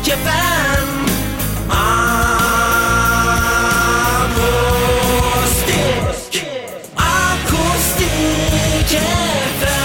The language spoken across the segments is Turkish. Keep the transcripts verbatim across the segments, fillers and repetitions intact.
F M. Akustik, akustik F M.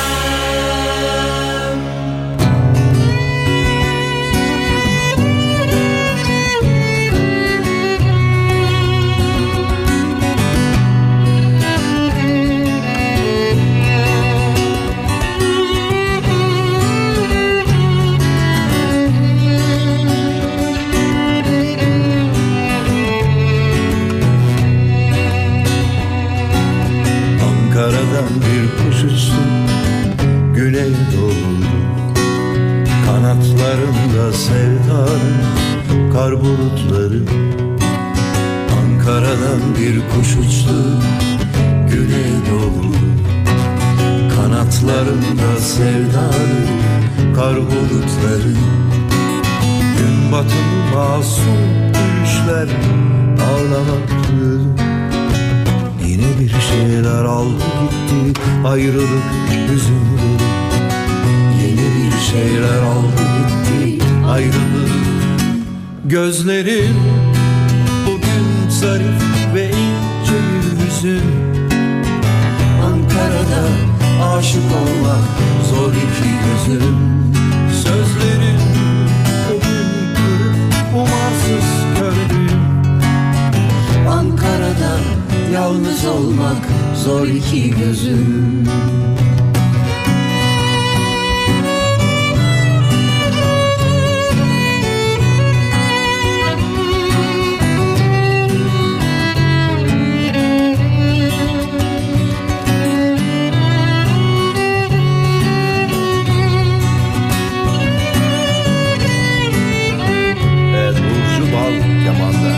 Ankara'dan bir kuş uçtu, güney doğru. Kanatlarında sevdanın kar bulutları. Ankara'dan bir kuş uçtu, güney doğru. Kanatlarında sevdanın kar bulutları. Gün batımı masum gülüşler ağlamaktı. Yine bir şeyler aldı gitti, ayrılık hüzünleri. Yine bir şeyler aldı gitti, ayrılık. Gözlerim bugün zarif ve ince bir hüzün. Ankara'da aşık olmak zor iki gözüm. Sözlerim bugün kırık, umarsız kördüm. Ankara'da yalnız olmak zor iki gözüm. Evet, Burcu Bal Kemal'da.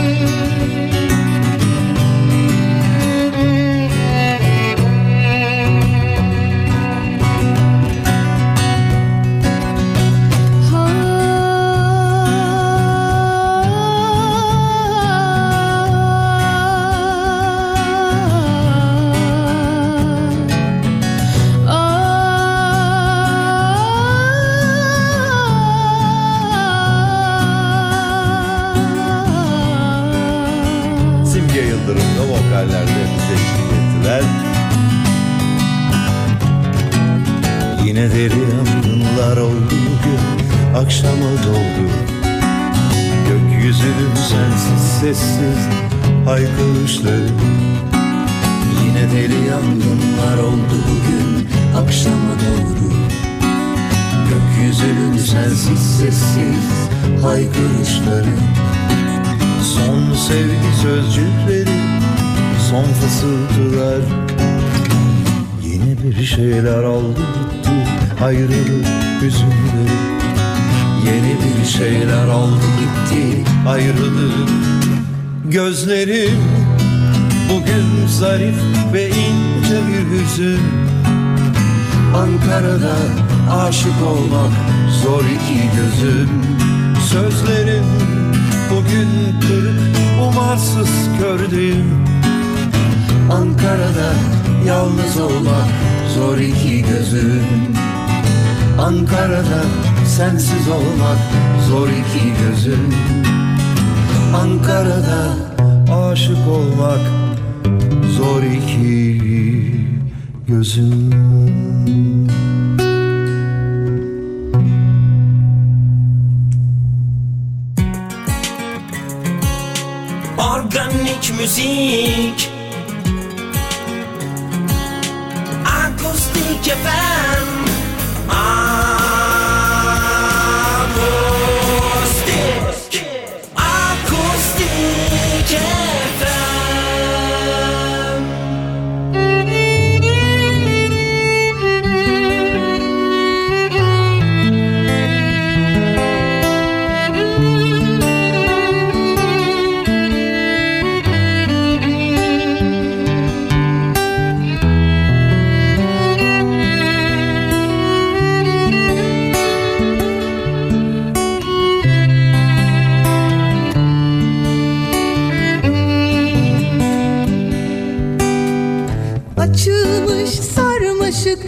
Yine deri yangınlar oldu bugün, akşama doldu. Gökyüzünün sensiz sessiz haykırışları. Yine deri yangınlar oldu bugün, akşama doğru. Gökyüzünün sensiz sessiz haykırışları. Son sevgi sözcükleri, son fısıltılar. Yine bir şeyler aldı gitti, ayrılık hüzünleri. Yeni bir şeyler aldı gitti, ayrılık. Gözlerim bugün zarif ve ince bir hüzün. Ankara'da aşık olmak zor iki gözüm. Sözlerim bugün kırık, umarsız kördüm. Ankara'da yalnız olmak zor iki gözüm. Ankara'da sensiz olmak zor iki gözüm. Ankara'da aşık olmak zor iki gözüm. Organik müzik, akustik F M. Akustik, akustik F M. Açılmış sarmaşık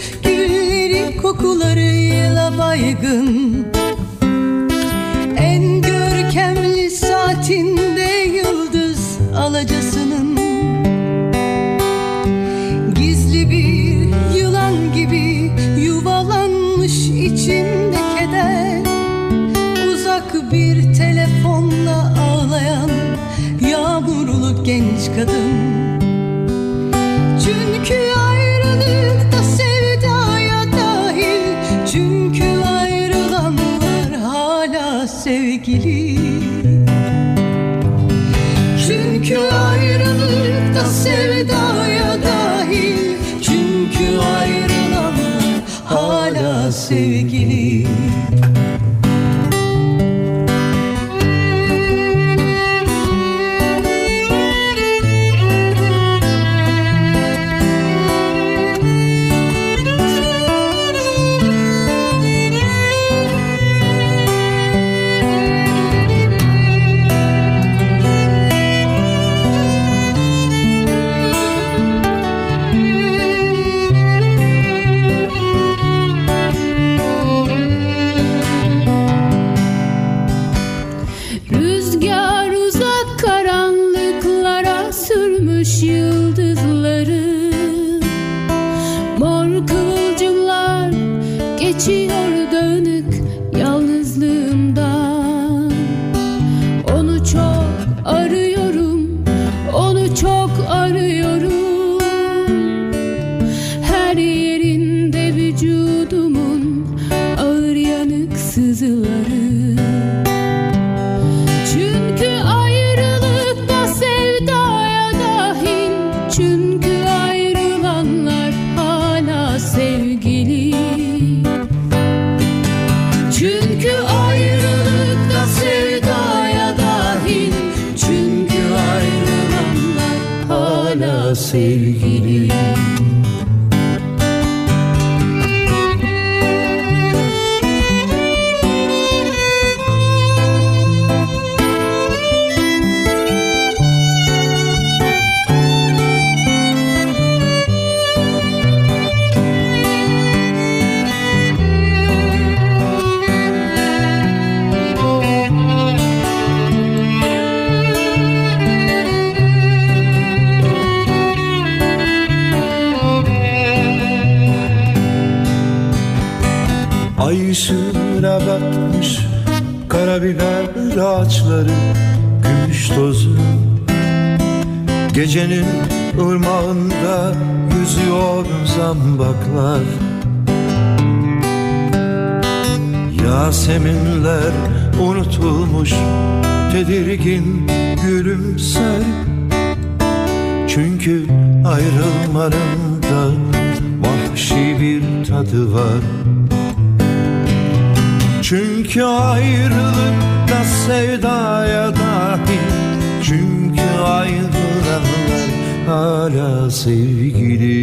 gülleri kokularıyla baygın. En gör alacasının. Gizli bir yılan gibi yuvalanmış içimde keder. Uzak bir telefonla ağlayan yağmurlu genç kadın. Çünkü ayrılıkta sevdaya dahil. Çünkü ayrılanlar hala sevgili. Çünkü ayrılıkta sevdaya dahil. Çünkü ayrılanlar hala sevgili. Sevgili. Ay ışığına batmış karabiber ağaçları, gümüş tozu. Gecenin ırmağında yüzüyor zambaklar. Yaseminler unutulmuş, tedirgin gülümser. Çünkü ayrılmanın da vahşi bir tadı var. Çünkü ayrılıkta sevdaya dahil. Çünkü ayrılanlar hala sevgili.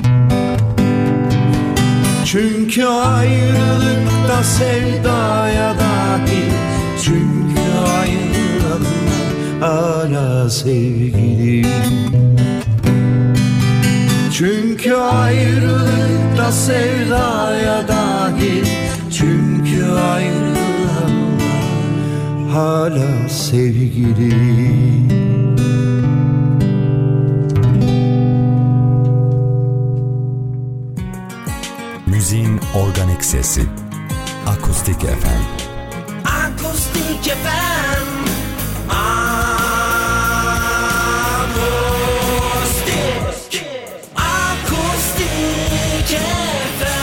Çünkü ayrılıkta sevdaya dahil. Çünkü ayrılanlar hala sevgili. Çünkü ayrılıkta sevdaya dahil. Çünkü ayrılanlar hala sevgili. Müziğin organik sesi Akustik F M. Akustik F M. Akustik. Akustik F M.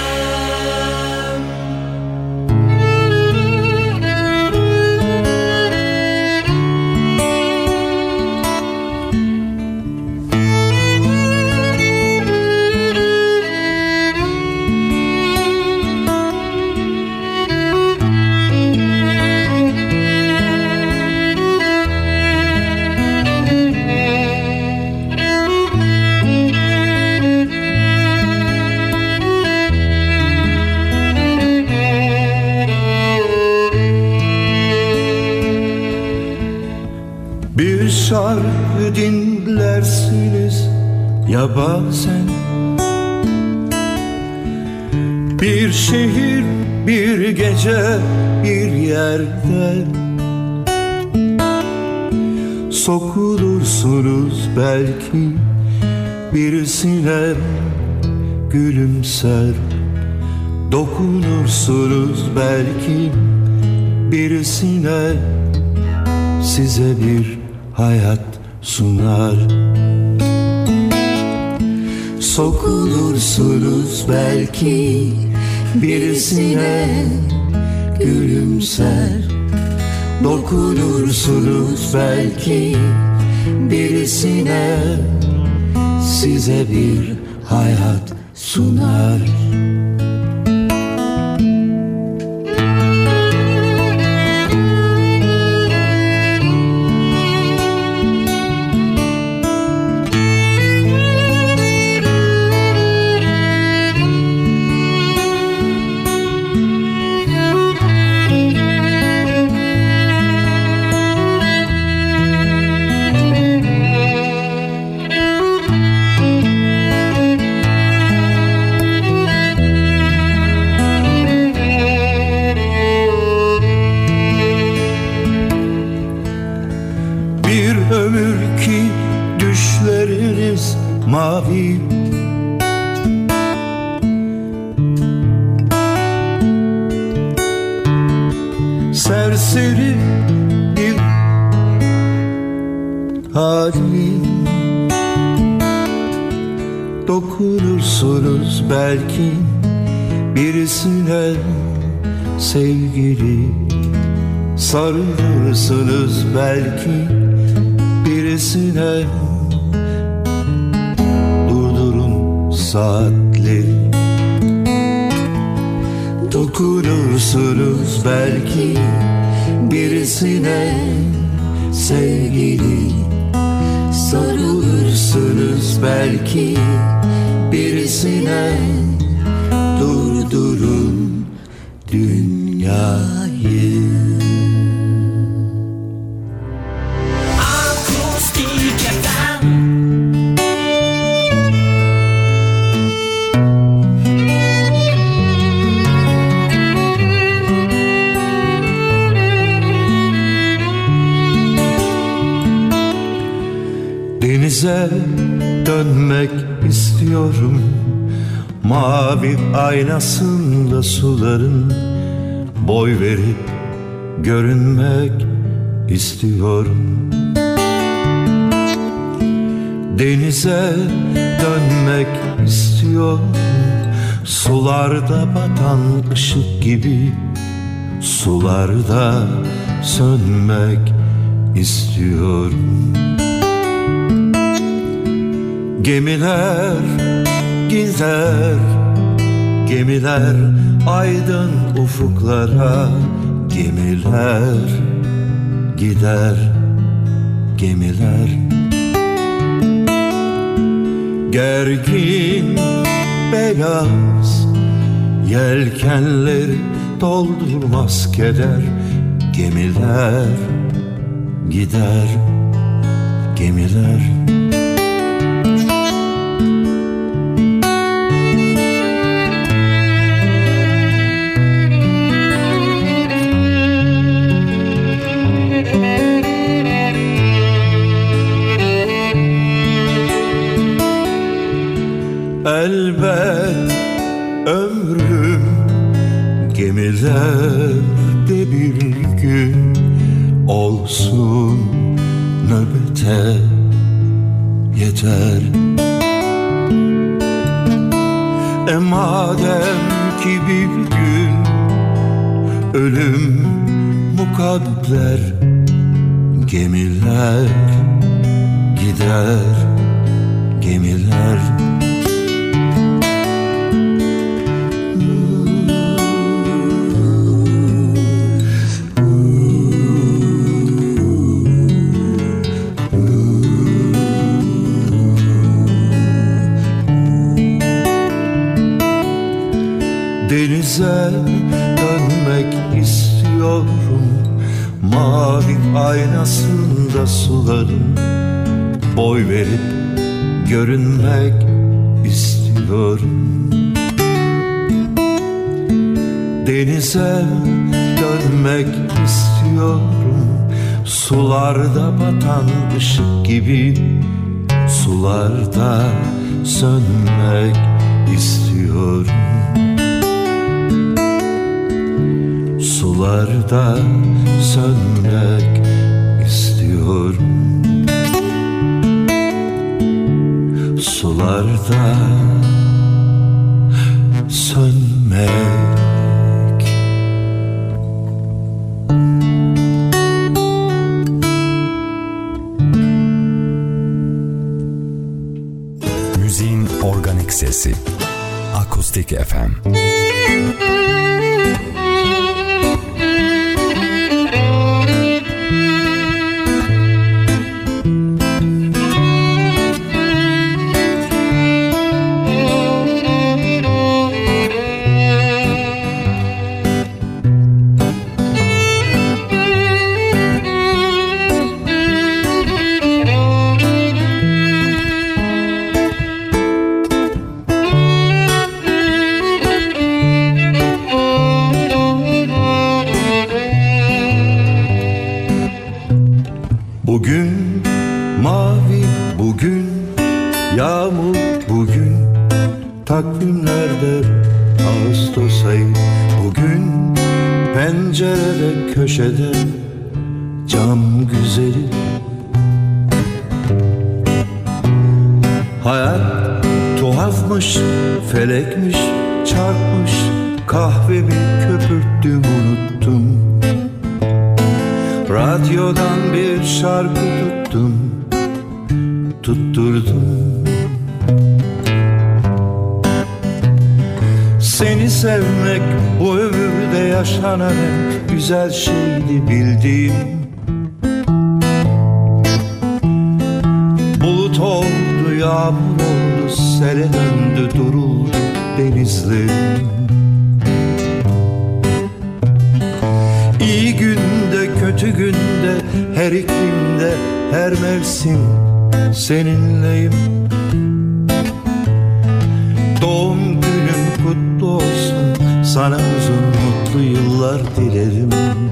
Bir şarkı dinlersiniz ya bazen, bir şehir, bir gece, bir yerde sokulur Dokunursunuz belki birisine gülümser. Dokunursunuz belki birisine, size bir hayat sunar. Sokulursunuz belki birisine gülümser. Dokunursunuz belki birisine, size bir hayat sunar. Mavi, serseri bir halim. Dokunursunuz belki birisine sevgili. Sarılırsınız belki birisine. Saatleri dokunursunuz belki birisine sevgili. Sarılırsınız belki birisine. Durdurun dünyayı. Akustik F M. Denize dönmek istiyorum, mavi aynasında suların. Boy verip görünmek istiyorum. Denize dönmek istiyorum, sularda batan ışık gibi. Sularda sönmek istiyorum. Gemiler gider, gemiler aydın ufuklara. Gemiler gider, gemiler. Gergin beyaz yelkenleri doldurmaz keder. Gemiler gider, gemiler. Elbet ömrüm gemilerde bir gün olsun, nöbete yeter. E madem ki bir gün ölüm mukadder, gemiler gider, gemiler. Denize dönmek istiyorum, mavi aynasında suların. Boy verip görünmek istiyorum. Denize dönmek istiyorum, Sularda batan ışık gibi sularda sönmek istiyorum. Sularda sönmek istiyorum. Sularda sönmek. Müziğin organik sesi Akustik F M. Bugün mavi, bugün yağmur, bugün takvimlerde Ağustos ayı. Bugün pencerede köşede cam güzeli. Hayat tuhafmış, felekmiş, çarpmış, kahvemi köpürttüm, unuttum. Radyodan bir şarkı tuttum, tutturdum. Seni sevmek bu ömürde yaşanan en güzel şeydi bildiğim. Bulut oldu, yağmur oldu, sele döndü, duruldu denizlerim. İyi günde, kötü günde, her iklimde, her mevsim seninleyim. Doğum günün kutlu olsun, sana uzun mutlu yıllar dilerim.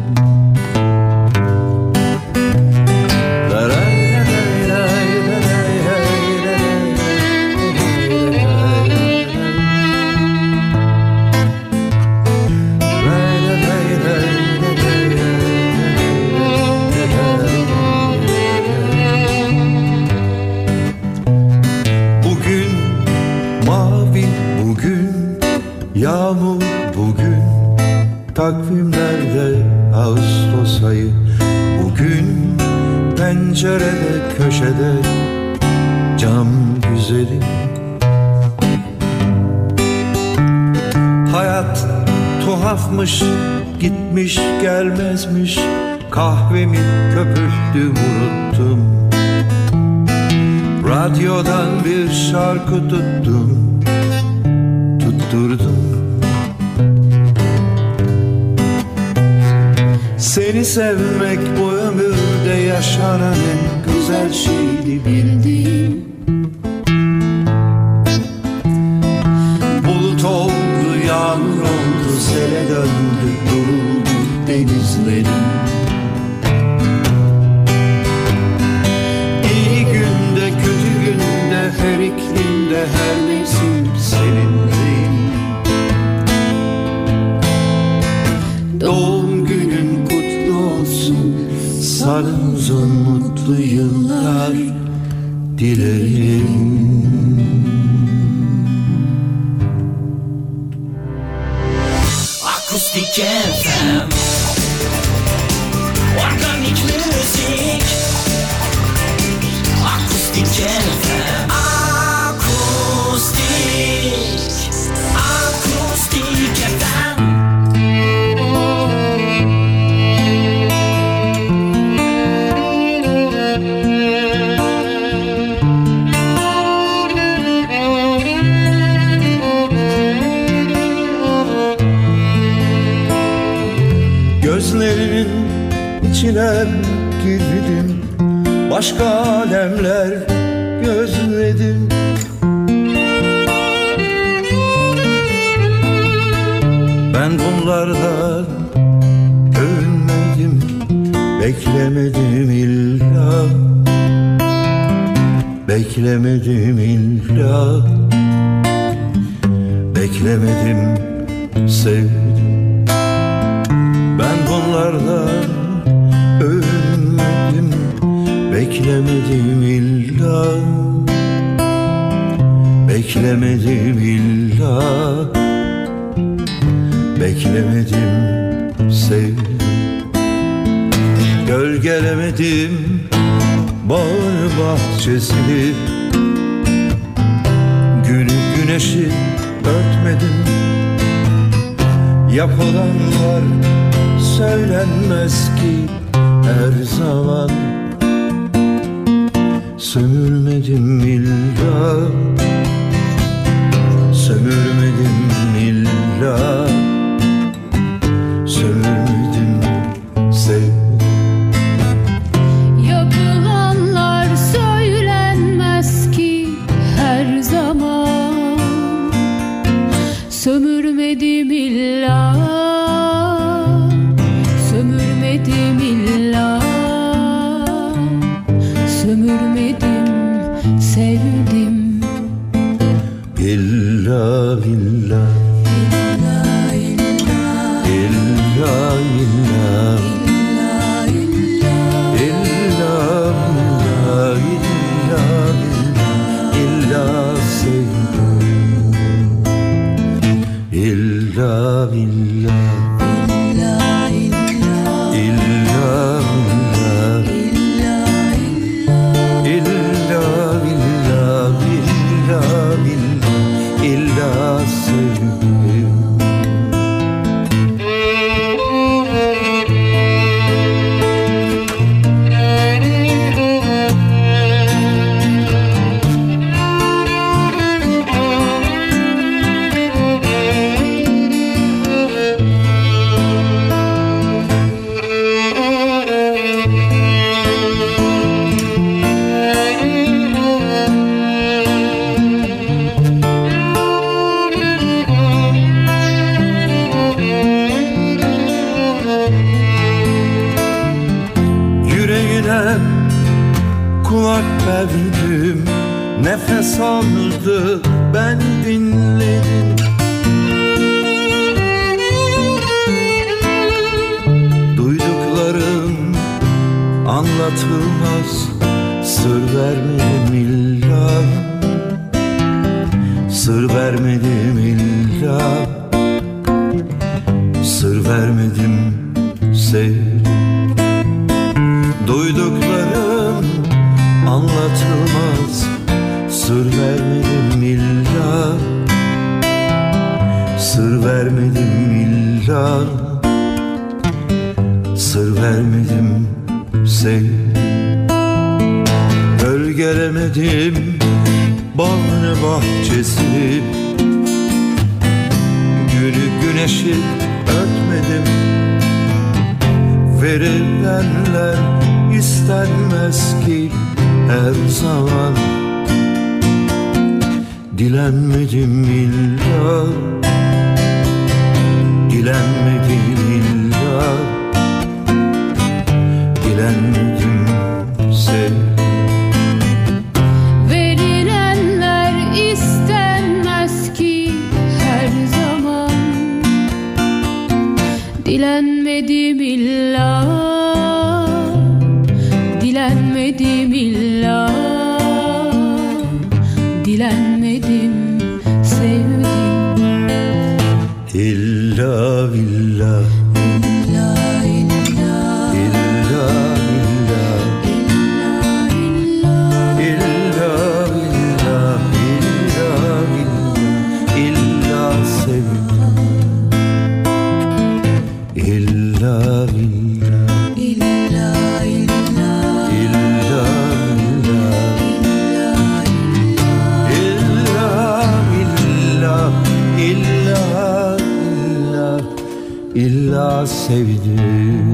Yağmur bugün, takvimlerde Ağustos ayı. Bugün pencerede köşede cam güzeli. Hayat tuhafmış, gitmiş gelmezmiş, kahvemi köpürttüm, unuttum. Radyodan bir şarkı tuttum, tutturdum. Seni sevmek bu ömürde yaşanan en güzel şeydi bildiğim. Bulut oldu, yağmur oldu, sele döndü, duruldu denizlerim. İyi günde, kötü günde, her iklimde, her mevsim seninleyim. Doğum günün kutlu olsun, sana uzun mutlu yıllar dilerim. Akustik F M, organik müzik. Akustik F M, akustik, akustik F M. Gözlerinin içine girdim, başka alemler gözledim. Ben bunlardan övünmedim, Beklemedim illa, beklemedim illa, beklemedim, sevdim. Ben bunlardan övünmedim, beklemedim illa, beklemedim illa, beklemedim, sevdim. Gölgelemedim bağ bahçesini, günü güneşi örtmedim. Yapılanlar söylenmez ki her zaman, sömürmedim illa, sömürmedim illa, sömürmedim, sevdim. Yapılanlar söylenmez ki her zaman, sömürmedim illa, sömürmedim illa, sömürmedim, sevdim. İlla illa, illa illa, illa illa, illa sevdim. İlla billah, illa illa, illa billah, illa billah, illa billah, illa sevdim. Kulak verdim, nefes aldı, ben dinledim. Duyduklarım anlatılmaz, sır vermedim illa, sır vermedim illa, sır vermedim, sevdim. Duyduklarım anlatılmaz, sır vermedim illa, sır vermedim illa, sır vermedim, sevdim. Gölgelemedim bağını bahçesini, günü güneşi örtmedim. Verilenler istenmez ki her zaman, dilenmedim illa, dilenmedim illa, dilenmedim, sevdim. Verilenler istenmez ki her zaman, dilenmedim illa, dilenmedim illa, dilenmedim, sevdim. İlla billah, illa illa, illa illa, illa illa, illa sevdim. İlla billah, illa illa, illa illa, illa illa, illa sevdim.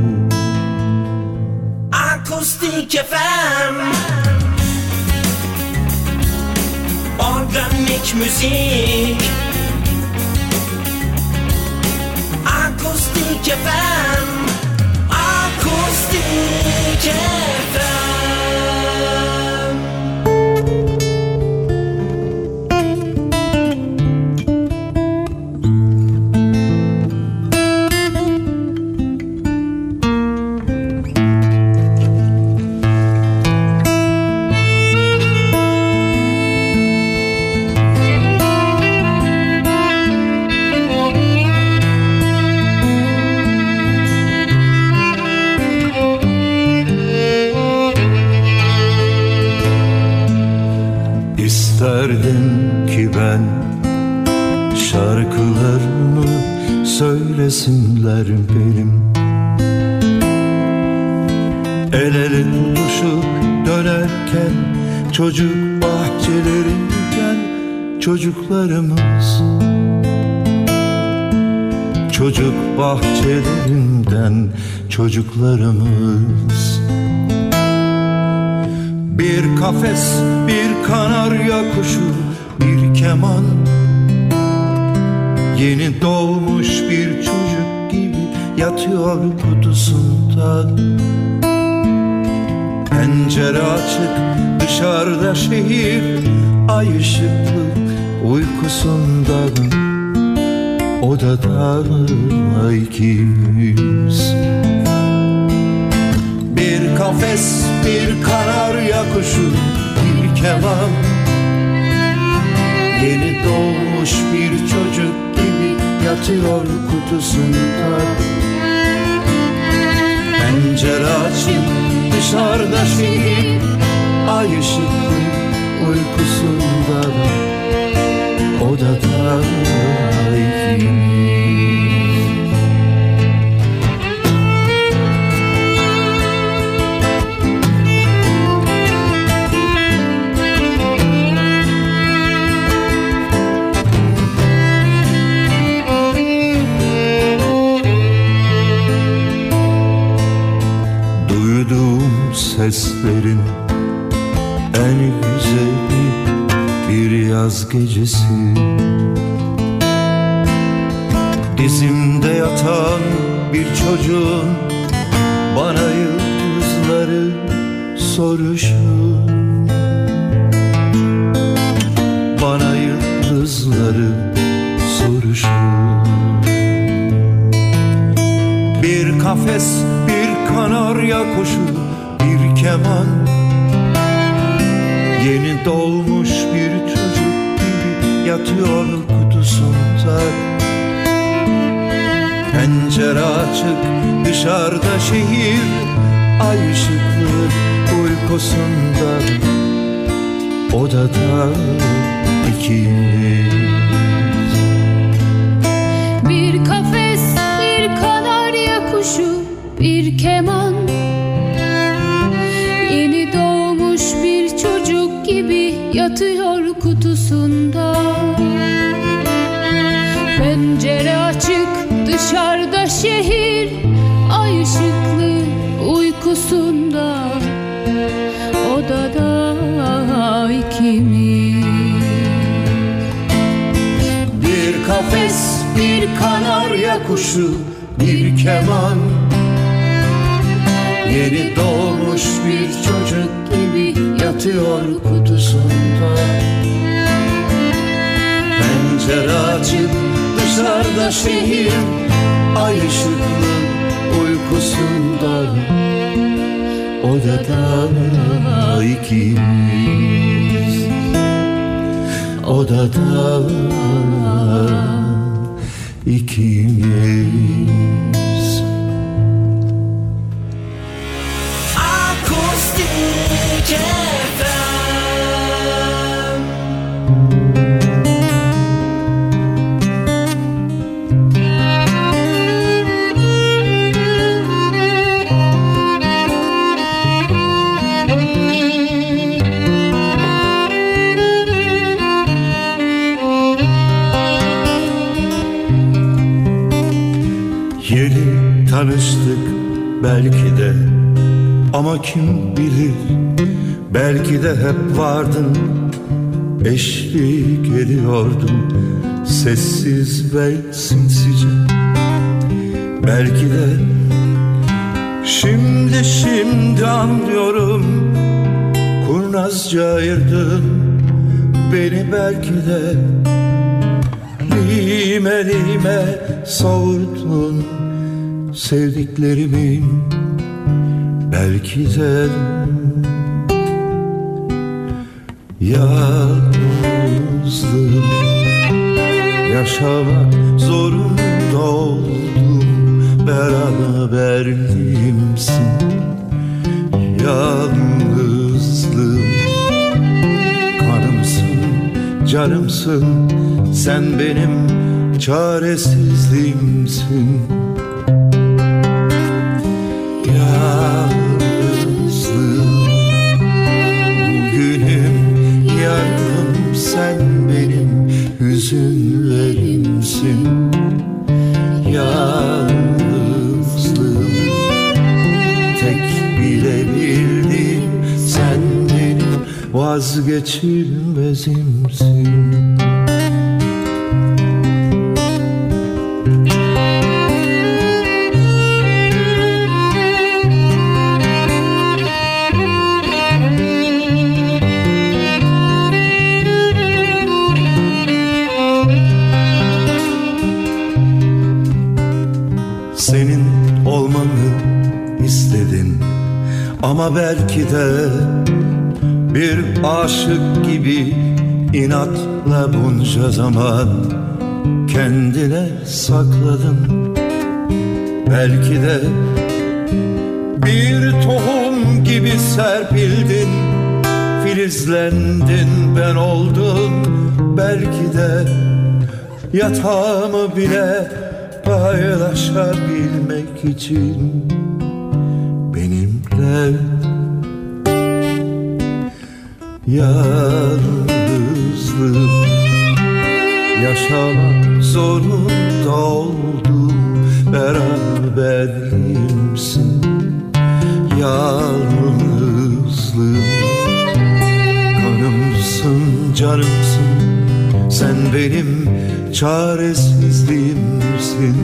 Akustik F M, organik müzik. Akustik F M, akustik F M. İsterdim ki ben şarkılarımı söylesinler benim. El ele tutuşup dönerken çocuk bahçelerinden çocuklarımız, çocuk bahçelerinden çocuklarımız. Bir kafes, bir kanarya kuşu, bir keman, yeni doğmuş bir çocuk gibi yatıyor kutusunda. Pencere açık, dışarıda şehir, ay ışıklı uykusunda. Odada ikimiz. Bir kafes, bir kanarya kuşu, bir keman, yeni doğmuş bir çocuk gibi yatıyor kutusunda. Pencere açık, dışarıda şehir, ay ışıklı uykusunda. Odada ikimiz. Seslerin en güzeli bir yaz gecesi. Dizimde yatan bir çocuğun bana yıldızları soruşu, bana yıldızları soruşu. Bir kafes, bir kanarya kuşu, bir keman, yeni doğmuş bir çocuk gibi yatıyor kutusunda. Pencere açık, dışarıda şehir, ay ışıklı uykusunda. Odada ikimiz. Bir kafes, bir kanarya kuşu, bir keman, yeni doğmuş bir çocuk gibi yatıyor kutusunda. Pencere açık, dışarıda şehir, ay ışıklı uykusunda. Odada ikimiz. Bir kafes, bir kanarya kuşu, bir keman, yeni doğmuş bir çocuk gibi yatıyor kutusunda. Pencere açık, dışarıda şehir, ay ışıklı uykusunda. Odada ikimiz. Odada ikimiz. Akustik F M. Yeni tanıştık belki de, ama kim bilir, belki de hep vardın, eşlik ediyordun sessiz ve sinsice. Belki de Şimdi şimdi anlıyorum, kurnazca ayırdın beni belki de. Lime lime savurdun sevdiklerimin belki de. Yalnızlığım yaşamak zorunda oldum, beraberliğimsin. Yalnızlığım kanımsın, canımsın, sen benim çaresizliğimsin. Yalnızlığım bugünüm, yarınım, sen benim hüzünlerimsin. Yalnızlığım tek bilebildiğim, sen benim vazgeçilmezimsin. Senin olmamı istedin ama belki de bir aşık gibi inatla bunca zaman kendine sakladın. Belki de bir tohum gibi serpildin, filizlendin, ben oldum. Belki de yatağımı bile paylaşabilmek için benimle. Yalnızlığım yaşamak zorunda oldum, beraberliğimsin. Yalnızlığım kanımsın, canımsın, sen benim çaresizliğimsin.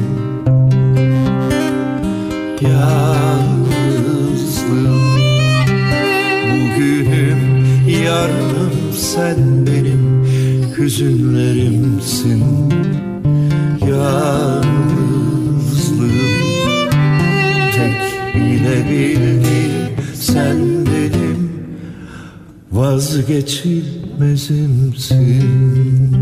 Yalnızlığım bugünüm, yarınım, sen benim hüzünlerimsin. Yalnızlığım tek bilebildiğim, sen benim vazgeçilmezimsin.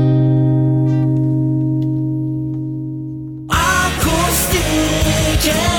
Akustik